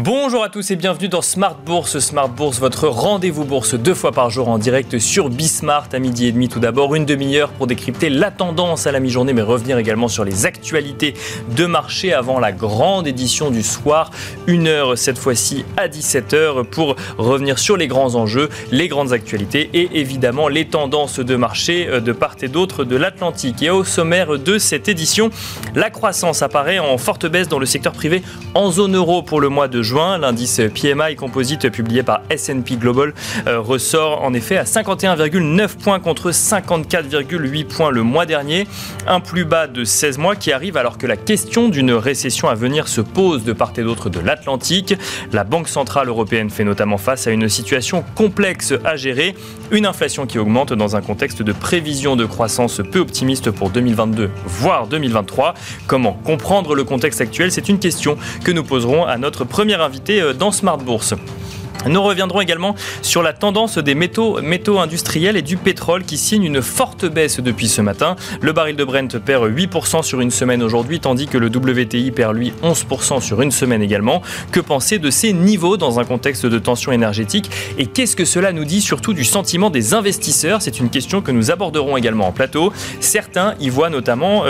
Bonjour à tous et bienvenue dans Smart Bourse. Smart Bourse, votre rendez-vous bourse 2 fois par jour en direct sur Bismart à 12h30. Tout d'abord, une demi-heure pour décrypter la tendance à la mi-journée, mais revenir également sur les actualités de marché avant la grande édition du soir. 1 heure cette fois-ci à 17h pour revenir sur les grands enjeux, les grandes actualités et évidemment les tendances de marché de part et d'autre de l'Atlantique. Et au sommaire de cette édition, la croissance apparaît en forte baisse dans le secteur privé en zone euro pour le mois de juin. L'indice PMI Composite publié par S&P Global ressort en effet à 51,9 points contre 54,8 points le mois dernier. Un plus bas de 16 mois qui arrive alors que la question d'une récession à venir se pose de part et d'autre de l'Atlantique. La Banque Centrale Européenne fait notamment face à une situation complexe à gérer. Une inflation qui augmente dans un contexte de prévision de croissance peu optimiste pour 2022, voire 2023. Comment comprendre le contexte actuel ? C'est une question que nous poserons à notre premier invité dans Smart Bourse. Nous reviendrons également sur la tendance des métaux industriels et du pétrole qui signe une forte baisse depuis ce matin. Le baril de Brent perd 8% sur une semaine aujourd'hui, tandis que le WTI perd lui 11% sur une semaine également. Que penser de ces niveaux dans un contexte de tension énergétique ? Et qu'est-ce que cela nous dit surtout du sentiment des investisseurs ? C'est une question que nous aborderons également en plateau. Certains y voient notamment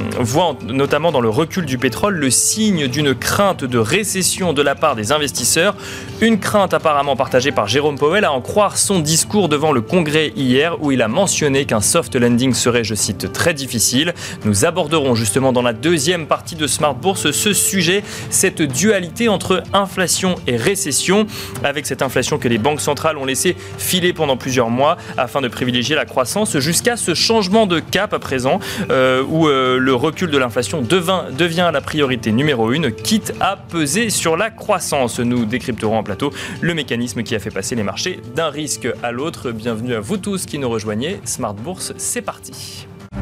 dans le recul du pétrole le signe d'une crainte de récession de la part des investisseurs. Une crainte apparemment partagé par Jérôme Powell, à en croire son discours devant le Congrès hier où il a mentionné qu'un soft landing serait, je cite, très difficile. Nous aborderons justement dans la deuxième partie de Smart Bourse ce sujet, cette dualité entre inflation et récession, avec cette inflation que les banques centrales ont laissé filer pendant plusieurs mois afin de privilégier la croissance jusqu'à ce changement de cap à présent où le recul de l'inflation devient la priorité numéro 1, quitte à peser sur la croissance. Nous décrypterons en plateau le mécanisme qui a fait passer les marchés d'un risque à l'autre. Bienvenue à vous tous qui nous rejoignez. Smart Bourse, c'est parti.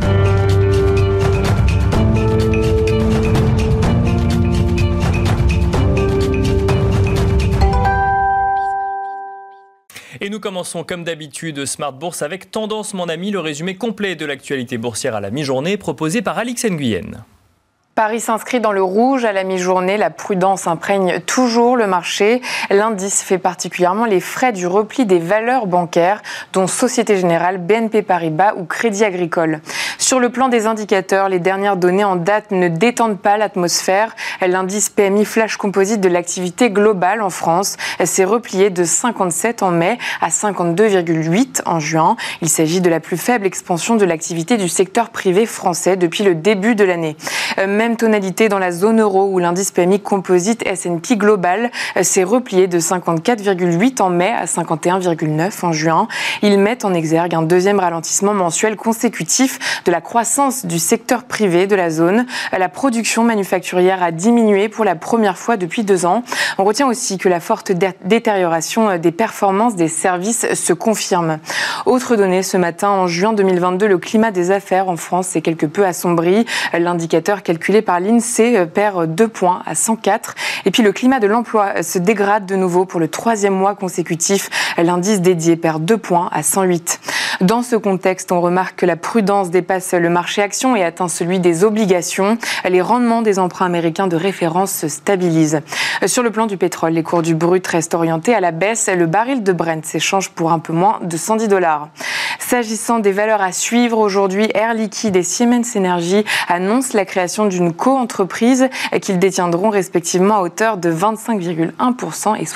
Et nous commençons comme d'habitude Smart Bourse avec Tendance mon ami, le résumé complet de l'actualité boursière à la mi-journée proposé par Alix Nguyen. Paris s'inscrit dans le rouge à la mi-journée. La prudence imprègne toujours le marché. L'indice fait particulièrement les frais du repli des valeurs bancaires, dont Société Générale, BNP Paribas ou Crédit Agricole. Sur le plan des indicateurs, les dernières données en date ne détendent pas l'atmosphère. L'indice PMI Flash Composite de l'activité globale en France s'est replié de 57 en mai à 52,8 en juin. Il s'agit de la plus faible expansion de l'activité du secteur privé français depuis le début de l'année. Même tonalité dans la zone euro où l'indice PMI Composite S&P Global s'est replié de 54,8 en mai à 51,9 en juin. Ils mettent en exergue un deuxième ralentissement mensuel consécutif de la croissance du secteur privé de la zone. La production manufacturière a diminué pour la première fois depuis 2 ans. On retient aussi que la forte détérioration des performances des services se confirme. Autre donnée ce matin, en juin 2022, le climat des affaires en France s'est quelque peu assombri. L'indicateur calculé par l'INSEE perd 2 points à 104. Et puis le climat de l'emploi se dégrade de nouveau pour le 3e mois consécutif. L'indice dédié perd 2 points à 108. Dans ce contexte, on remarque que la prudence dépasse le marché action et atteint celui des obligations. Les rendements des emprunts américains de référence se stabilisent. Sur le plan du pétrole, les cours du brut restent orientés à la baisse. Le baril de Brent s'échange pour un peu moins de $110. S'agissant des valeurs à suivre aujourd'hui, Air Liquide et Siemens Energy annoncent la création d'une co-entreprise qu'ils détiendront respectivement à hauteur de 25,1% et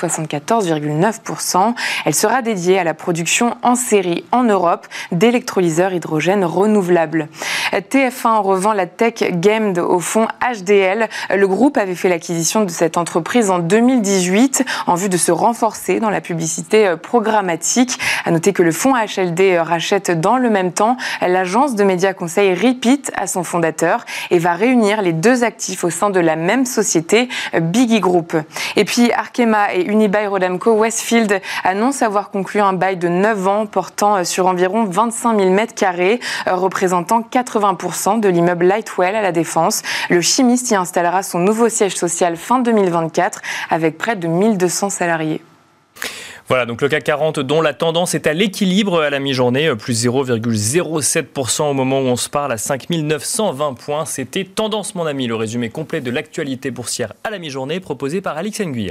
74,9%. Elle sera dédiée à la production en série en Europe d'électrolyseurs hydrogène renouvelables. TF1 revend la tech Gamed au fonds HDL. Le groupe avait fait l'acquisition de cette entreprise en 2018 en vue de se renforcer dans la publicité programmatique. À noter que le fonds HLD rachète dans le même temps l'agence de médias conseil Repeat à son fondateur et va réunir les 2 actifs au sein de la même société, Biggie Group. Et puis Arkema et Unibail-Rodamco Westfield annoncent avoir conclu un bail de 9 ans portant sur environ 25 000 m², représentant 80% de l'immeuble Lightwell à la Défense. Le chimiste y installera son nouveau siège social fin 2024 avec près de 1200 salariés. Voilà, donc le CAC 40 dont la tendance est à l'équilibre à la mi-journée, plus 0,07% au moment où on se parle à 5 920 points. C'était Tendance mon ami, le résumé complet de l'actualité boursière à la mi-journée proposé par Alix Nguyen.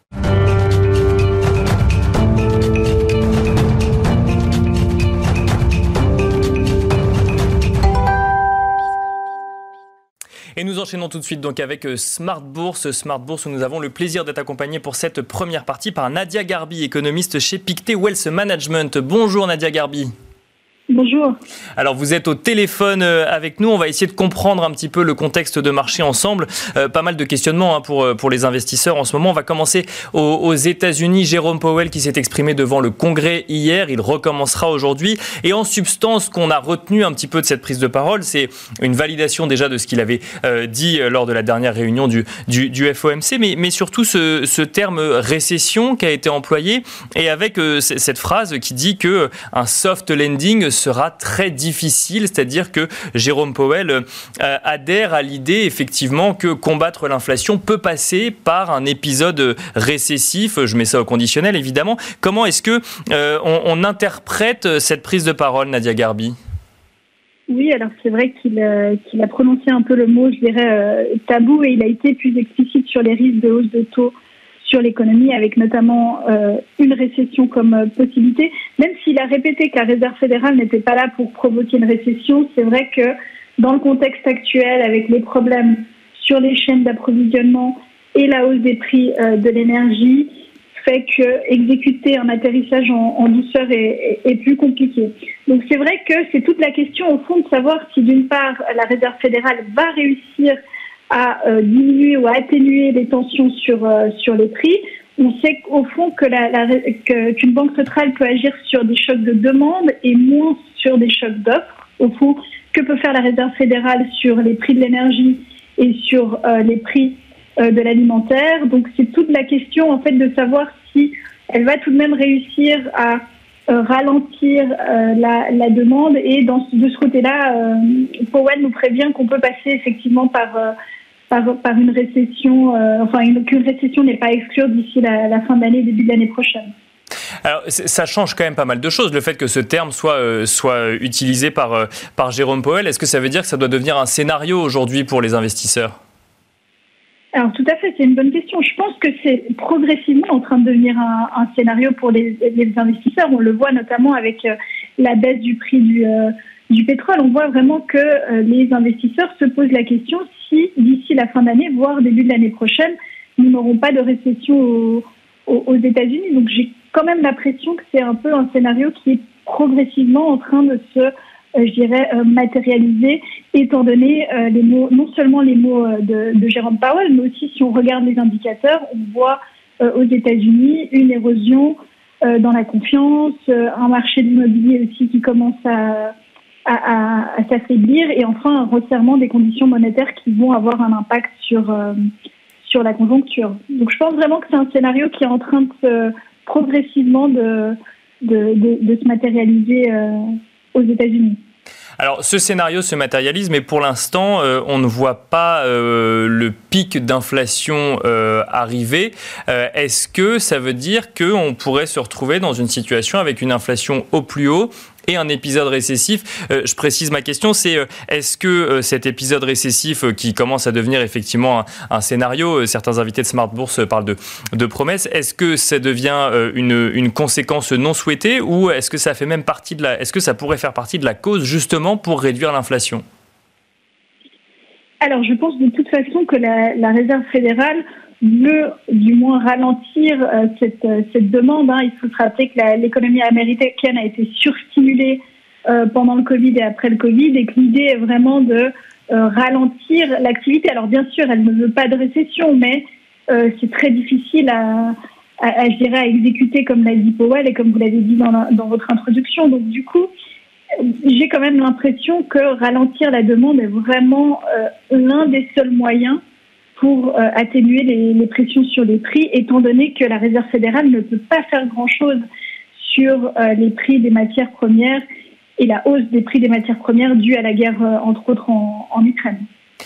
Et nous enchaînons tout de suite donc avec Smart Bourse où nous avons le plaisir d'être accompagnés pour cette première partie par Nadia Garbi, économiste chez Pictet Wealth Management. Bonjour Nadia Garbi. Bonjour. Alors vous êtes au téléphone avec nous, on va essayer de comprendre un petit peu le contexte de marché ensemble. Pas mal de questionnements pour les investisseurs en ce moment. On va commencer aux États-Unis. Jérôme Powell qui s'est exprimé devant le Congrès hier, il recommencera aujourd'hui. Et en substance, ce qu'on a retenu un petit peu de cette prise de parole, c'est une validation déjà de ce qu'il avait dit lors de la dernière réunion du FOMC, mais surtout ce terme récession qui a été employé et avec cette phrase qui dit que un soft landing sera très difficile, c'est-à-dire que Jérôme Powell adhère à l'idée effectivement que combattre l'inflation peut passer par un épisode récessif. Je mets ça au conditionnel évidemment. Comment est-ce que on interprète cette prise de parole, Nadia Garbi ? Oui, alors c'est vrai qu'il a prononcé un peu le mot, je dirais, tabou, et il a été plus explicite sur les risques de hausse de taux sur l'économie, avec notamment une récession comme possibilité. Même s'il a répété que la Réserve fédérale n'était pas là pour provoquer une récession, c'est vrai que dans le contexte actuel, avec les problèmes sur les chaînes d'approvisionnement et la hausse des prix de l'énergie, fait que exécuter un atterrissage en douceur est plus compliqué. Donc c'est vrai que c'est toute la question au fond de savoir si d'une part la Réserve fédérale va réussir à diminuer ou à atténuer les tensions sur les prix. On sait au fond qu'une banque centrale peut agir sur des chocs de demande et moins sur des chocs d'offres. Au fond, que peut faire la Réserve fédérale sur les prix de l'énergie et sur les prix de l'alimentaire. Donc c'est toute la question en fait de savoir si elle va tout de même réussir à ralentir la demande, et de ce côté-là, Powell nous prévient qu'on peut passer effectivement par une récession, qu'une récession n'est pas exclue d'ici la fin d'année, début de l'année prochaine. Alors, ça change quand même pas mal de choses, le fait que ce terme soit utilisé par Jérôme Powell. Est-ce que ça veut dire que ça doit devenir un scénario aujourd'hui pour les investisseurs ? Alors tout à fait, c'est une bonne question. Je pense que c'est progressivement en train de devenir un scénario pour les investisseurs. On le voit notamment avec la baisse du prix du pétrole. On voit vraiment que les investisseurs se posent la question si d'ici la fin d'année, voire début de l'année prochaine, nous n'aurons pas de récession aux États-Unis. Donc j'ai quand même l'impression que c'est un peu un scénario qui est progressivement en train de se matérialiser, étant donné les mots, non seulement les mots de Jérôme Powell, mais aussi si on regarde les indicateurs, on voit aux États-Unis une érosion dans la confiance, un marché de l'immobilier aussi qui commence à s'affaiblir, et enfin un resserrement des conditions monétaires qui vont avoir un impact sur la conjoncture. Donc je pense vraiment que c'est un scénario qui est en train de progressivement de se matérialiser aux États-Unis. Alors, ce scénario se matérialise, mais pour l'instant, on ne voit pas le pic d'inflation arriver. Est-ce que ça veut dire qu'on pourrait se retrouver dans une situation avec une inflation au plus haut et un épisode récessif? Je précise ma question, c'est est-ce que cet épisode récessif qui commence à devenir effectivement un scénario, certains invités de Smart Bourse parlent de promesses, est-ce que ça devient une conséquence non souhaitée, ou est-ce que ça fait même partie est-ce que ça pourrait faire partie de la cause justement pour réduire l'inflation? Alors je pense de toute façon que la Réserve fédérale veut du moins ralentir cette demande. Il faut se rappeler que l'économie américaine a été surstimulée pendant le Covid et après le Covid, et que l'idée est vraiment de ralentir l'activité. Alors bien sûr, elle ne veut pas de récession, mais c'est très difficile à exécuter, comme l'a dit Powell et comme vous l'avez dit dans votre introduction. Donc du coup, j'ai quand même l'impression que ralentir la demande est vraiment l'un des seuls moyens pour atténuer les pressions sur les prix, étant donné que la Réserve fédérale ne peut pas faire grand-chose sur les prix des matières premières et la hausse des prix des matières premières due à la guerre, entre autres, en Ukraine.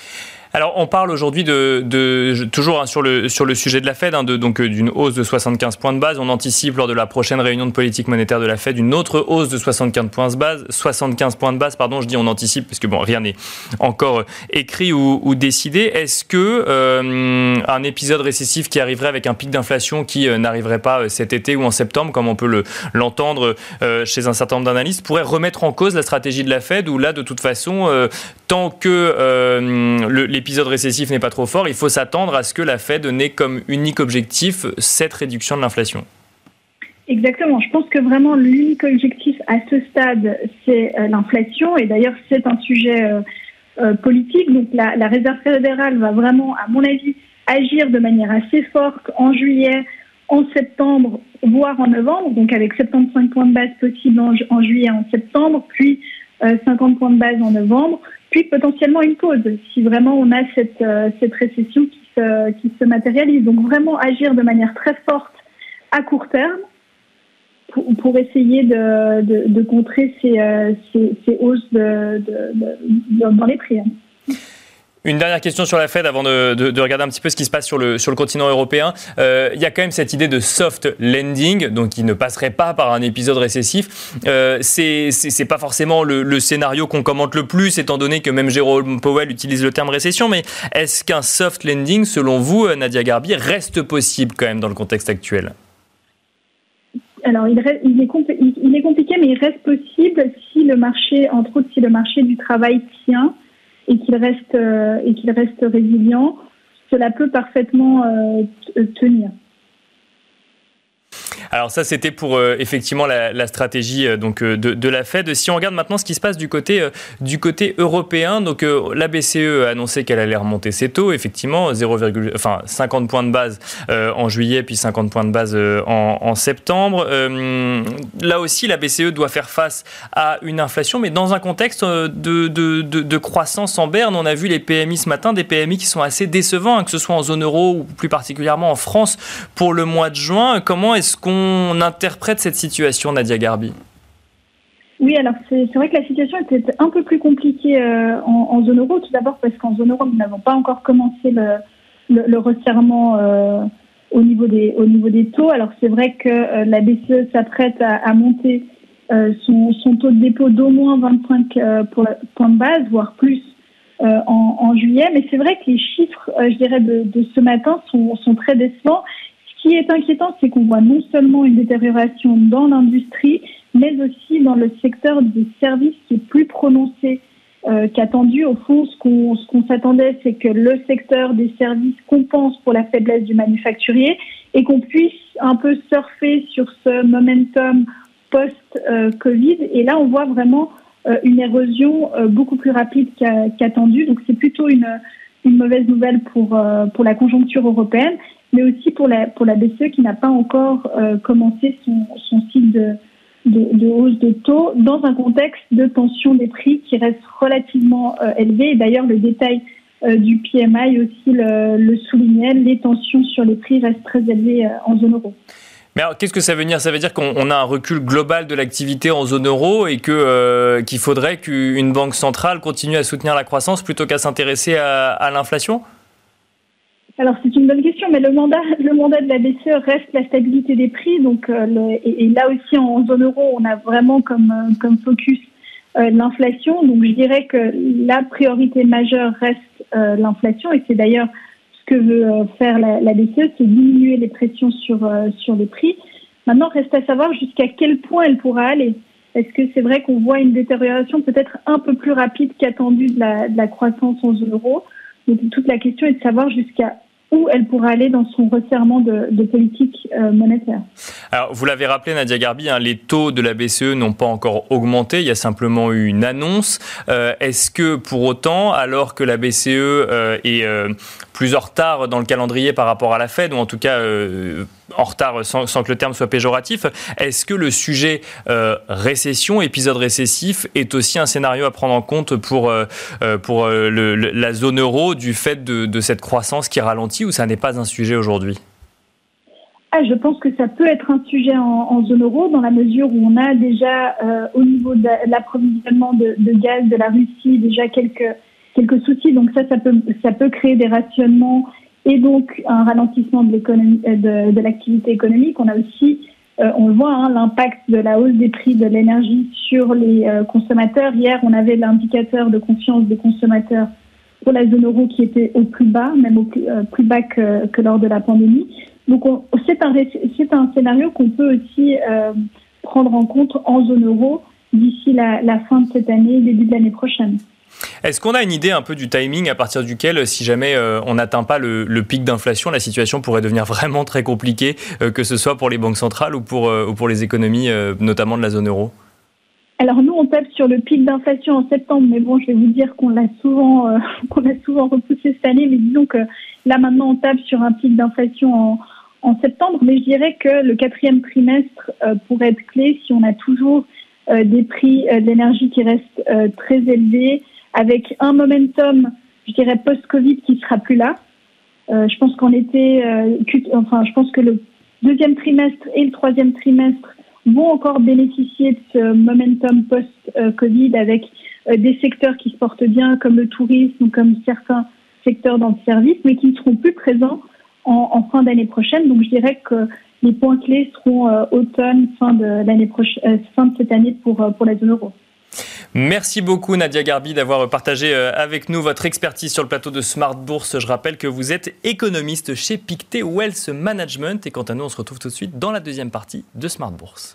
Alors, on parle aujourd'hui toujours sur le sujet de la Fed, donc d'une hausse de 75 points de base. On anticipe lors de la prochaine réunion de politique monétaire de la Fed une autre hausse de 75 points de base. Je dis on anticipe parce que rien n'est encore écrit ou décidé. Est-ce que un épisode récessif qui arriverait avec un pic d'inflation qui n'arriverait pas cet été ou en septembre, comme on peut l'entendre chez un certain nombre d'analystes, pourrait remettre en cause la stratégie de la Fed, où là, de toute façon, tant que l'épisode récessif n'est pas trop fort, il faut s'attendre à ce que la Fed n'ait comme unique objectif cette réduction de l'inflation. Exactement. Je pense que vraiment l'unique objectif à ce stade, c'est l'inflation. Et d'ailleurs, c'est un sujet politique. Donc la Réserve fédérale va vraiment, à mon avis, agir de manière assez forte en juillet, en septembre, voire en novembre. Donc avec 75 points de base possibles en juillet et en septembre, puis 50 points de base en novembre, puis potentiellement une pause, si vraiment on a cette récession qui se matérialise. Donc vraiment agir de manière très forte à court terme pour essayer de contrer ces hausses dans les prix. Une dernière question sur la Fed avant de regarder un petit peu ce qui se passe sur le continent européen. Il y a quand même cette idée de soft landing, donc qui ne passerait pas par un épisode récessif. C'est pas forcément le scénario qu'on commente le plus, étant donné que même Jérôme Powell utilise le terme récession. Mais est-ce qu'un soft landing, selon vous, Nadia Garbi, reste possible quand même dans le contexte actuel ? Alors, il est compliqué, mais il reste possible si le marché, entre autres, si le marché du travail tient et qu'il reste résilient, cela peut parfaitement tenir. Alors ça, c'était pour effectivement la stratégie de la Fed. Si on regarde maintenant ce qui se passe du côté européen, donc la BCE a annoncé qu'elle allait remonter ses taux, effectivement 50 points de base en juillet, puis 50 points de base en septembre. Là aussi, la BCE doit faire face à une inflation, mais dans un contexte de croissance en berne. On a vu les PMI ce matin, des PMI qui sont assez décevants, que ce soit en zone euro ou plus particulièrement en France pour le mois de juin. Comment est-ce qu'on interprète cette situation, Nadia Garbi ? Oui, alors c'est vrai que la situation était un peu plus compliquée en zone euro. Tout d'abord parce qu'en zone euro, nous n'avons pas encore commencé le resserrement au niveau des taux. Alors c'est vrai que la BCE s'apprête à monter son taux de dépôt d'au moins 25 points de base, voire plus en juillet. Mais c'est vrai que les chiffres, je dirais, de ce matin sont très décevants. Ce qui est inquiétant, c'est qu'on voit non seulement une détérioration dans l'industrie, mais aussi dans le secteur des services qui est plus prononcé qu'attendu. Au fond, ce qu'on s'attendait, c'est que le secteur des services compense pour la faiblesse du manufacturier et qu'on puisse un peu surfer sur ce momentum post-Covid. Et là, on voit vraiment une érosion beaucoup plus rapide qu'attendu. Donc, c'est plutôt une mauvaise nouvelle pour la conjoncture européenne, mais aussi pour la BCE qui n'a pas encore commencé son cycle de hausse de taux dans un contexte de tension des prix qui reste relativement élevé. Et d'ailleurs, le détail du PMI aussi le soulignait, les tensions sur les prix restent très élevées en zone euro. Mais alors, qu'est-ce que ça veut dire ? Ça veut dire qu'on a un recul global de l'activité en zone euro et qu'il faudrait qu'une banque centrale continue à soutenir la croissance plutôt qu'à s'intéresser à l'inflation ? Alors, c'est une bonne question, mais le mandat de la BCE reste la stabilité des prix. Donc, et là aussi, en zone euro, on a vraiment comme focus l'inflation. Donc, je dirais que la priorité majeure reste l'inflation. Et c'est d'ailleurs ce que veut faire la BCE, c'est diminuer les pressions sur les prix. Maintenant, reste à savoir jusqu'à quel point elle pourra aller. Est-ce que c'est vrai qu'on voit une détérioration peut-être un peu plus rapide qu'attendue de la croissance en zone euro ? Donc, toute la question est de savoir jusqu'à où elle pourra aller dans son resserrement de politique monétaire. Alors, vous l'avez rappelé, Nadia Garbi, les taux de la BCE n'ont pas encore augmenté, il y a simplement eu une annonce. Est-ce que pour autant, alors que la BCE est plus en retard dans le calendrier par rapport à la Fed, ou en tout cas en retard sans que le terme soit péjoratif, est-ce que le sujet récession, épisode récessif, est aussi un scénario à prendre en compte pour la zone euro du fait de cette croissance qui ralentit, ou ça n'est pas un sujet aujourd'hui ? Je pense que ça peut être un sujet en zone euro dans la mesure où on a déjà au niveau de l'approvisionnement de gaz de la Russie déjà quelques quelques soucis. Donc ça peut créer des rationnements et donc un ralentissement de l'économie, de l'activité économique. On a aussi, on le voit, l'impact de la hausse des prix de l'énergie sur les consommateurs. Hier, on avait l'indicateur de confiance des consommateurs pour la zone euro qui était au plus bas, même au plus bas que lors de la pandémie. Donc c'est un scénario qu'on peut aussi prendre en compte en zone euro d'ici la fin de cette année, début de l'année prochaine. Est-ce qu'on a une idée un peu du timing à partir duquel, si jamais on n'atteint pas le pic d'inflation, la situation pourrait devenir vraiment très compliquée, que ce soit pour les banques centrales ou pour les économies, notamment de la zone euro ? Alors nous, on tape sur le pic d'inflation en septembre, mais bon, je vais vous dire qu'on l'a souvent repoussé cette année, mais disons que là maintenant, on tape sur un pic d'inflation en septembre, mais je dirais que le 4e trimestre pourrait être clé si on a toujours des prix de l'énergie qui restent très élevés, avec un momentum, je dirais, post-Covid qui sera plus là. Je pense je pense que le 2e trimestre et le 3e trimestre vont encore bénéficier de ce momentum post-Covid avec des secteurs qui se portent bien, comme le tourisme, comme certains secteurs dans le service, mais qui ne seront plus présents en fin d'année prochaine. Donc je dirais que les points clés seront automne, fin de cette année pour la zone euro. Merci beaucoup Nadia Garbi d'avoir partagé avec nous votre expertise sur le plateau de Smart Bourse. Je rappelle que vous êtes économiste chez Pictet Wealth Management. Et quant à nous, on se retrouve tout de suite dans la deuxième partie de Smart Bourse.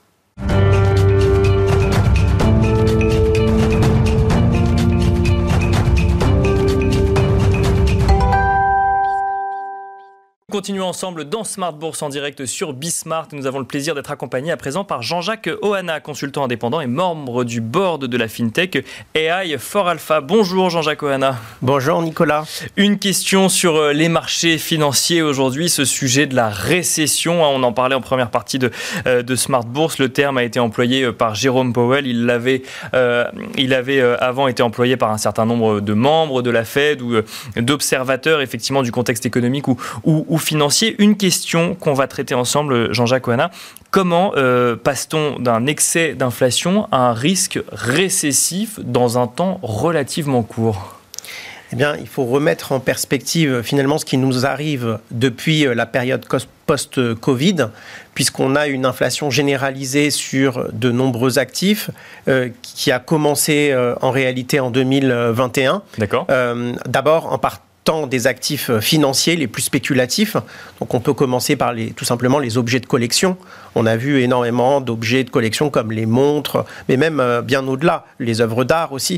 Continuons ensemble dans Smart Bourse en direct sur Bismart. Nous avons le plaisir d'être accompagnés à présent par Jean-Jacques Ohana, consultant indépendant et membre du board de la FinTech AI4Alpha. Bonjour Jean-Jacques Ohana. Bonjour Nicolas. Une question sur les marchés financiers aujourd'hui, ce sujet de la récession. On en parlait en première partie de Smart Bourse. Le terme a été employé par Jérôme Powell. Il avait avant été employé par un certain nombre de membres de la Fed ou d'observateurs effectivement du contexte économique ou financier. Une question qu'on va traiter ensemble, Jean-Jacques Ohana. Comment passe-t-on d'un excès d'inflation à un risque récessif dans un temps relativement court ? Eh bien, il faut remettre en perspective finalement ce qui nous arrive depuis la période post-Covid, puisqu'on a une inflation généralisée sur de nombreux actifs qui a commencé en réalité en 2021. D'accord. D'abord en partant des actifs financiers les plus spéculatifs. Donc on peut commencer par tout simplement les objets de collection. On a vu énormément d'objets de collection comme les montres, mais même bien au-delà, les œuvres d'art aussi,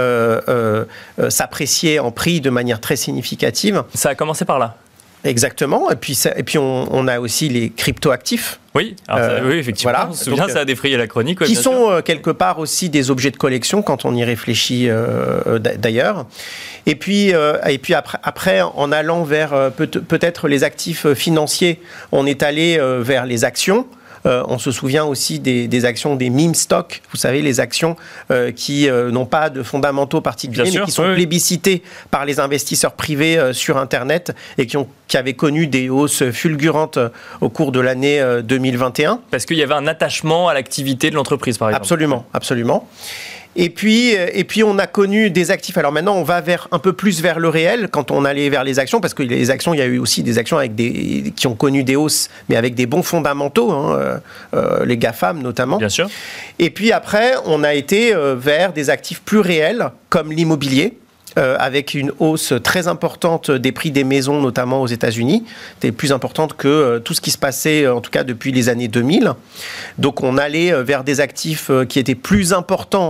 s'apprécier en prix de manière très significative. Ça a commencé par là. Exactement. Et puis on a aussi les cryptoactifs. Oui, oui, effectivement. Voilà. On se souvient, ça a défrayé la chronique. Qui sont quelque part aussi des objets de collection quand on y réfléchit d'ailleurs. Et puis après, en allant vers peut-être les actifs financiers, on est allé vers les actions. On se souvient aussi des actions des meme stocks, vous savez, les actions qui n'ont pas de fondamentaux particuliers, mais qui sont plébiscitées par les investisseurs privés sur Internet et qui avaient connu des hausses fulgurantes au cours de l'année 2021. Parce qu'il y avait un attachement à l'activité de l'entreprise, par exemple. Absolument, absolument. Et puis on a connu des actifs. Alors maintenant, on va un peu plus vers le réel quand on allait vers les actions, parce que les actions, il y a eu aussi des actions qui ont connu des hausses, mais avec des bons fondamentaux, les GAFAM notamment. Bien sûr. Et puis après, on a été vers des actifs plus réels, comme l'immobilier. Avec une hausse très importante des prix des maisons, notamment aux États-Unis. C'était plus importante que tout ce qui se passait, en tout cas depuis les années 2000. Donc on allait vers des actifs qui étaient plus importants,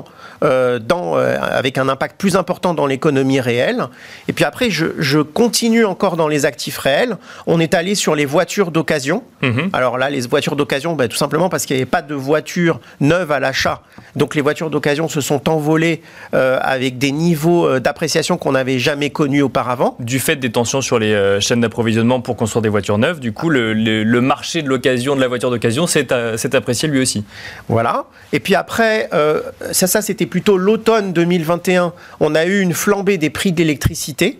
avec un impact plus important dans l'économie réelle. Et puis après, je continue encore dans les actifs réels. On est allé sur les voitures d'occasion. Alors là, les voitures d'occasion, tout simplement parce qu'il n'y avait pas de voitures neuves à l'achat. Donc les voitures d'occasion se sont envolées avec des niveaux d'appréciation qu'on n'avait jamais connu auparavant. Du fait des tensions sur les chaînes d'approvisionnement pour construire des voitures neuves, du coup, le marché de l'occasion, de la voiture d'occasion, s'est apprécié lui aussi. Voilà. Et puis après, ça c'était plutôt l'automne 2021. On a eu une flambée des prix de l'électricité.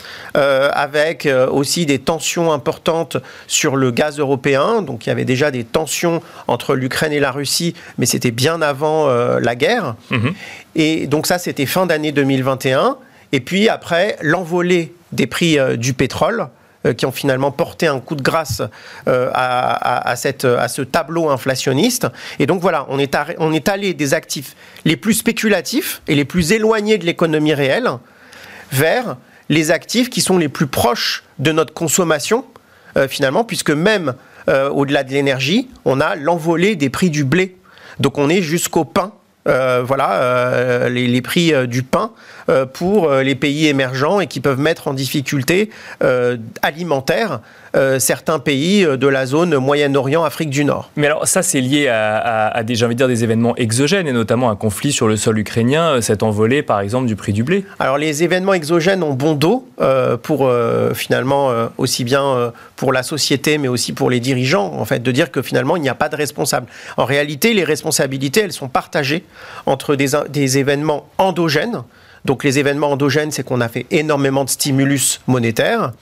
Avec aussi des tensions importantes sur le gaz européen. Donc il y avait déjà des tensions entre l'Ukraine et la Russie, mais c'était bien avant la guerre. Et donc ça, c'était fin d'année 2021. Et puis après, l'envolée des prix du pétrole, qui ont finalement porté un coup de grâce à ce tableau inflationniste. Et donc voilà, on est allé des actifs les plus spéculatifs et les plus éloignés de l'économie réelle vers les actifs qui sont les plus proches de notre consommation, finalement, puisque même au-delà de l'énergie, on a l'envolée des prix du blé. Donc on est jusqu'au pain. Les prix du pain pour les pays émergents et qui peuvent mettre en difficulté alimentaire certains pays de la zone Moyen-Orient, Afrique du Nord. Mais alors ça, c'est lié à des, j'ai envie de dire, des événements exogènes et notamment un conflit sur le sol ukrainien, cette envolée par exemple du prix du blé. Alors les événements exogènes ont bon dos pour finalement aussi bien pour la société mais aussi pour les dirigeants, en fait, de dire que finalement il n'y a pas de responsable. En réalité, les responsabilités, elles sont partagées entre des événements endogènes. Donc les événements endogènes, c'est qu'on a fait énormément de stimulus monétaire.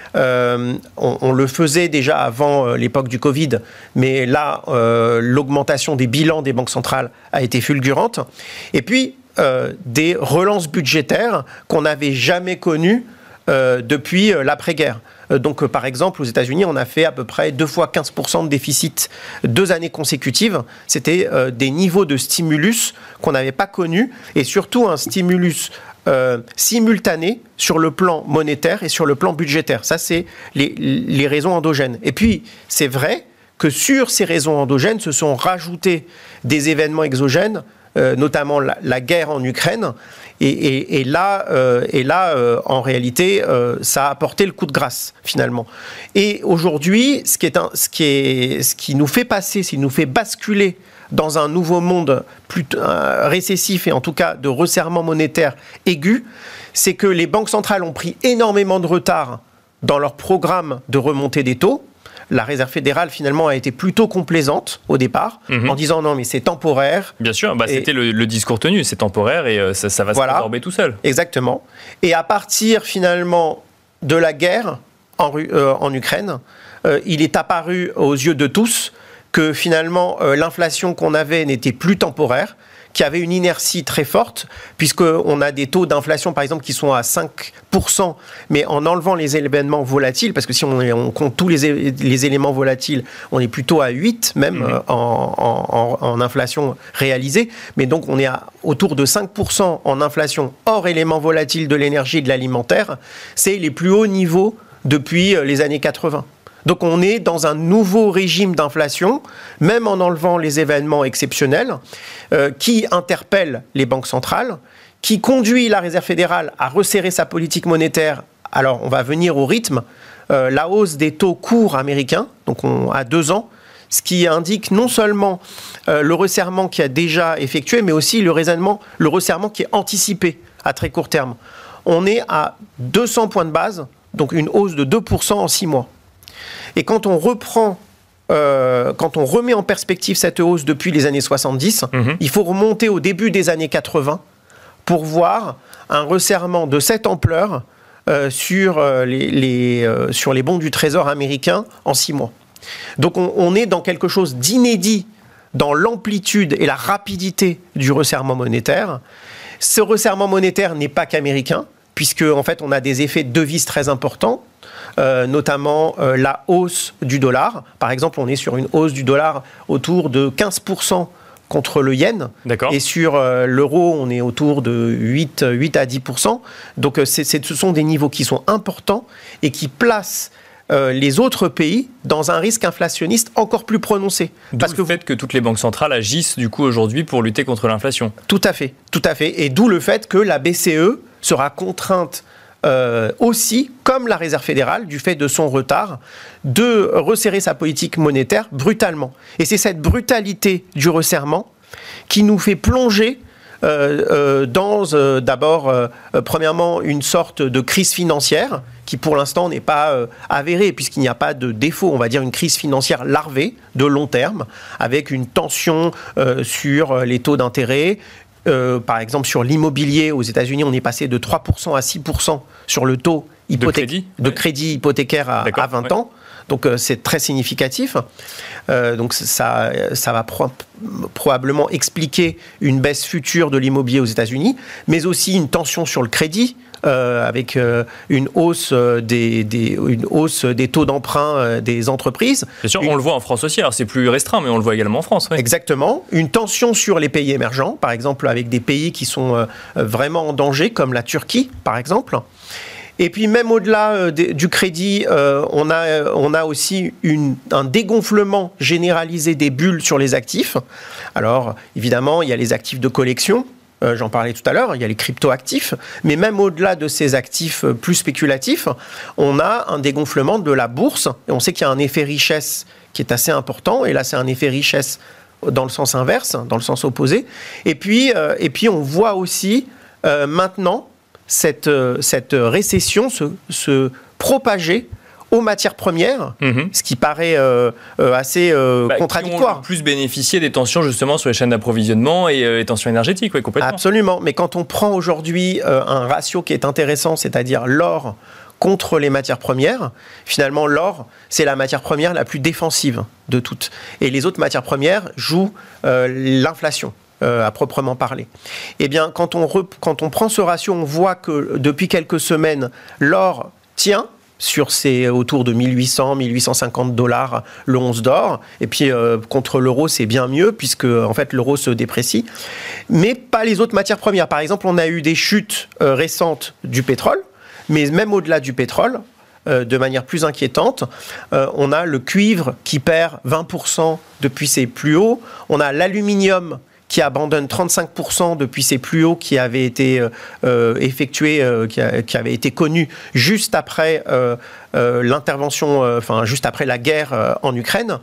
On le faisait déjà avant l'époque du Covid, mais là, l'augmentation des bilans des banques centrales a été fulgurante. Et puis, des relances budgétaires qu'on n'avait jamais connues depuis l'après-guerre. Donc, par exemple, aux États-Unis, on a fait à peu près 2 fois 15% de déficit 2 années consécutives. C'était des niveaux de stimulus qu'on n'avait pas connus, et surtout un stimulus simultané sur le plan monétaire et sur le plan budgétaire. Ça, c'est les raisons endogènes. Et puis, c'est vrai que sur ces raisons endogènes se sont rajoutés des événements exogènes, notamment la guerre en Ukraine. Et là, en réalité, ça a apporté le coup de grâce, finalement. Et aujourd'hui, ce qui nous fait passer, ce qui nous fait basculer dans un nouveau monde plus récessif et en tout cas de resserrement monétaire aigu, c'est que les banques centrales ont pris énormément de retard dans leur programme de remontée des taux. La Réserve fédérale, finalement, a été plutôt complaisante au départ, en disant non, mais c'est temporaire. Bien sûr, c'était le discours tenu, c'est temporaire et ça va se résorber tout seul. Exactement. Et à partir, finalement, de la guerre en Ukraine, il est apparu aux yeux de tous que finalement, l'inflation qu'on avait n'était plus temporaire, qui avait une inertie très forte, puisqu'on a des taux d'inflation, par exemple, qui sont à 5%, mais en enlevant les éléments volatiles, parce que si on compte tous les éléments volatiles, on est plutôt à 8, même en inflation réalisée, mais donc on est autour de 5% en inflation hors éléments volatiles de l'énergie et de l'alimentaire. C'est les plus hauts niveaux depuis les années 80. Donc on est dans un nouveau régime d'inflation, même en enlevant les événements exceptionnels, qui interpelle les banques centrales, qui conduit la Réserve fédérale à resserrer sa politique monétaire. Alors on va venir au rythme, la hausse des taux courts américains, donc à 2 ans, ce qui indique non seulement le resserrement qui a déjà effectué, mais aussi le resserrement qui est anticipé à très court terme. On est à 200 points de base, donc une hausse de 2% en 6 mois. Et quand on remet en perspective cette hausse depuis les années 70, il faut remonter au début des années 80 pour voir un resserrement de cette ampleur sur les bons du Trésor américain en 6 mois. Donc on est dans quelque chose d'inédit dans l'amplitude et la rapidité du resserrement monétaire. Ce resserrement monétaire n'est pas qu'américain, puisque en fait on a des effets de devise très importants. Notamment la hausse du dollar. Par exemple, on est sur une hausse du dollar autour de 15% contre le yen. D'accord. Et sur l'euro, on est autour de 8 à 10%. Donc ce sont des niveaux qui sont importants et qui placent les autres pays dans un risque inflationniste encore plus prononcé. D'où le fait que toutes les banques centrales agissent du coup aujourd'hui pour lutter contre l'inflation. Tout à fait. Et d'où le fait que la BCE sera contrainte aussi, comme la Réserve fédérale, du fait de son retard, de resserrer sa politique monétaire brutalement. Et c'est cette brutalité du resserrement qui nous fait plonger dans d'abord, premièrement, une sorte de crise financière qui, pour l'instant, n'est pas avérée, puisqu'il n'y a pas de défaut, on va dire une crise financière larvée de long terme, avec une tension sur les taux d'intérêt. Par exemple, sur l'immobilier, aux États-Unis, on est passé de 3% à 6% sur le taux de crédit hypothécaire à 20 ans. Donc c'est très significatif. Donc ça va probablement expliquer une baisse future de l'immobilier aux États-Unis, mais aussi une tension sur le crédit, avec une hausse des taux d'emprunt des entreprises. Bien sûr, on le voit en France aussi. Alors c'est plus restreint, mais on le voit également en France. Oui. Exactement. Une tension sur les pays émergents, par exemple avec des pays qui sont vraiment en danger, comme la Turquie, par exemple. Et puis même au-delà du crédit, on a aussi un dégonflement généralisé des bulles sur les actifs. Alors évidemment, il y a les actifs de collection. J'en parlais tout à l'heure, il y a les crypto-actifs, mais même au-delà de ces actifs plus spéculatifs, on a un dégonflement de la bourse, et on sait qu'il y a un effet richesse qui est assez important, et là c'est un effet richesse dans le sens inverse, dans le sens opposé, et puis on voit aussi maintenant cette récession se propager aux matières premières, ce qui paraît assez contradictoire. Qui ont plus bénéficié des tensions justement sur les chaînes d'approvisionnement et les tensions énergétiques, oui, complètement. Absolument, mais quand on prend aujourd'hui un ratio qui est intéressant, c'est-à-dire l'or contre les matières premières, finalement l'or, c'est la matière première la plus défensive de toutes. Et les autres matières premières jouent l'inflation. À proprement parler. Eh bien, quand on prend ce ratio, on voit que depuis quelques semaines, l'or tient sur ces autour de 1800, 1850 $ le once d'or. Et puis, contre l'euro, c'est bien mieux, puisque en fait, l'euro se déprécie. Mais pas les autres matières premières. Par exemple, on a eu des chutes récentes du pétrole, mais même au-delà du pétrole, de manière plus inquiétante, on a le cuivre qui perd 20% depuis ses plus hauts. On a l'aluminium qui abandonne 35% depuis ses plus hauts qui avaient été effectués, qui avaient été connus juste après l'intervention, juste après la guerre en Ukraine.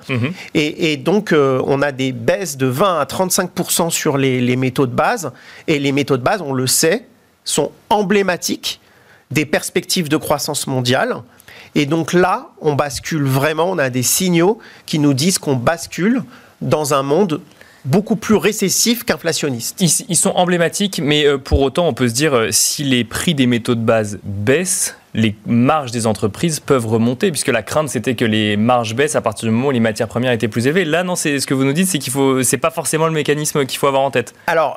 Et donc, on a des baisses de 20 à 35% sur les métaux de base. Et les métaux de base, on le sait, sont emblématiques des perspectives de croissance mondiale. Et donc là, on bascule vraiment, on a des signaux qui nous disent qu'on bascule dans un monde beaucoup plus récessif qu'inflationniste. Ils sont emblématiques, mais pour autant, on peut se dire, si les prix des métaux de base baissent, les marges des entreprises peuvent remonter, puisque la crainte, c'était que les marges baissent à partir du moment où les matières premières étaient plus élevées. Là, non, c'est ce que vous nous dites, c'est pas forcément le mécanisme qu'il faut avoir en tête. Alors,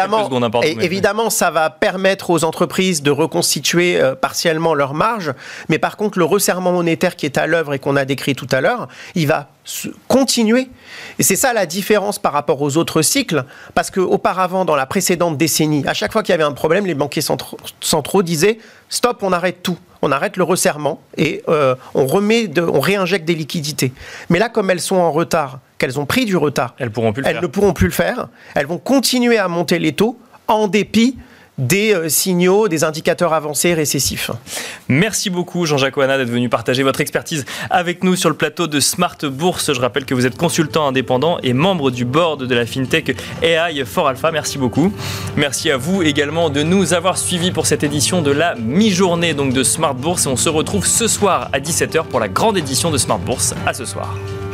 évidemment, ça va permettre aux entreprises de reconstituer partiellement leurs marges, mais par contre, le resserrement monétaire qui est à l'œuvre et qu'on a décrit tout à l'heure, il va continuer. Et c'est ça la différence par rapport aux autres cycles, parce qu'auparavant, dans la précédente décennie, à chaque fois qu'il y avait un problème, les banquiers centraux disaient « stop, on arrête tout, on arrête le resserrement et on réinjecte des liquidités ». Mais là, comme elles sont en retard, qu'elles ont pris du retard, elles ne pourront plus le faire, elles vont continuer à monter les taux en dépit des signaux, des indicateurs avancés récessifs. Merci beaucoup Jean-Jacques Oana d'être venu partager votre expertise avec nous sur le plateau de Smart Bourse. Je rappelle que vous êtes consultant indépendant et membre du board de la FinTech AI for Alpha. Merci beaucoup. Merci à vous également de nous avoir suivis pour cette édition de la mi-journée donc de Smart Bourse. Et on se retrouve ce soir à 17h pour la grande édition de Smart Bourse. À ce soir.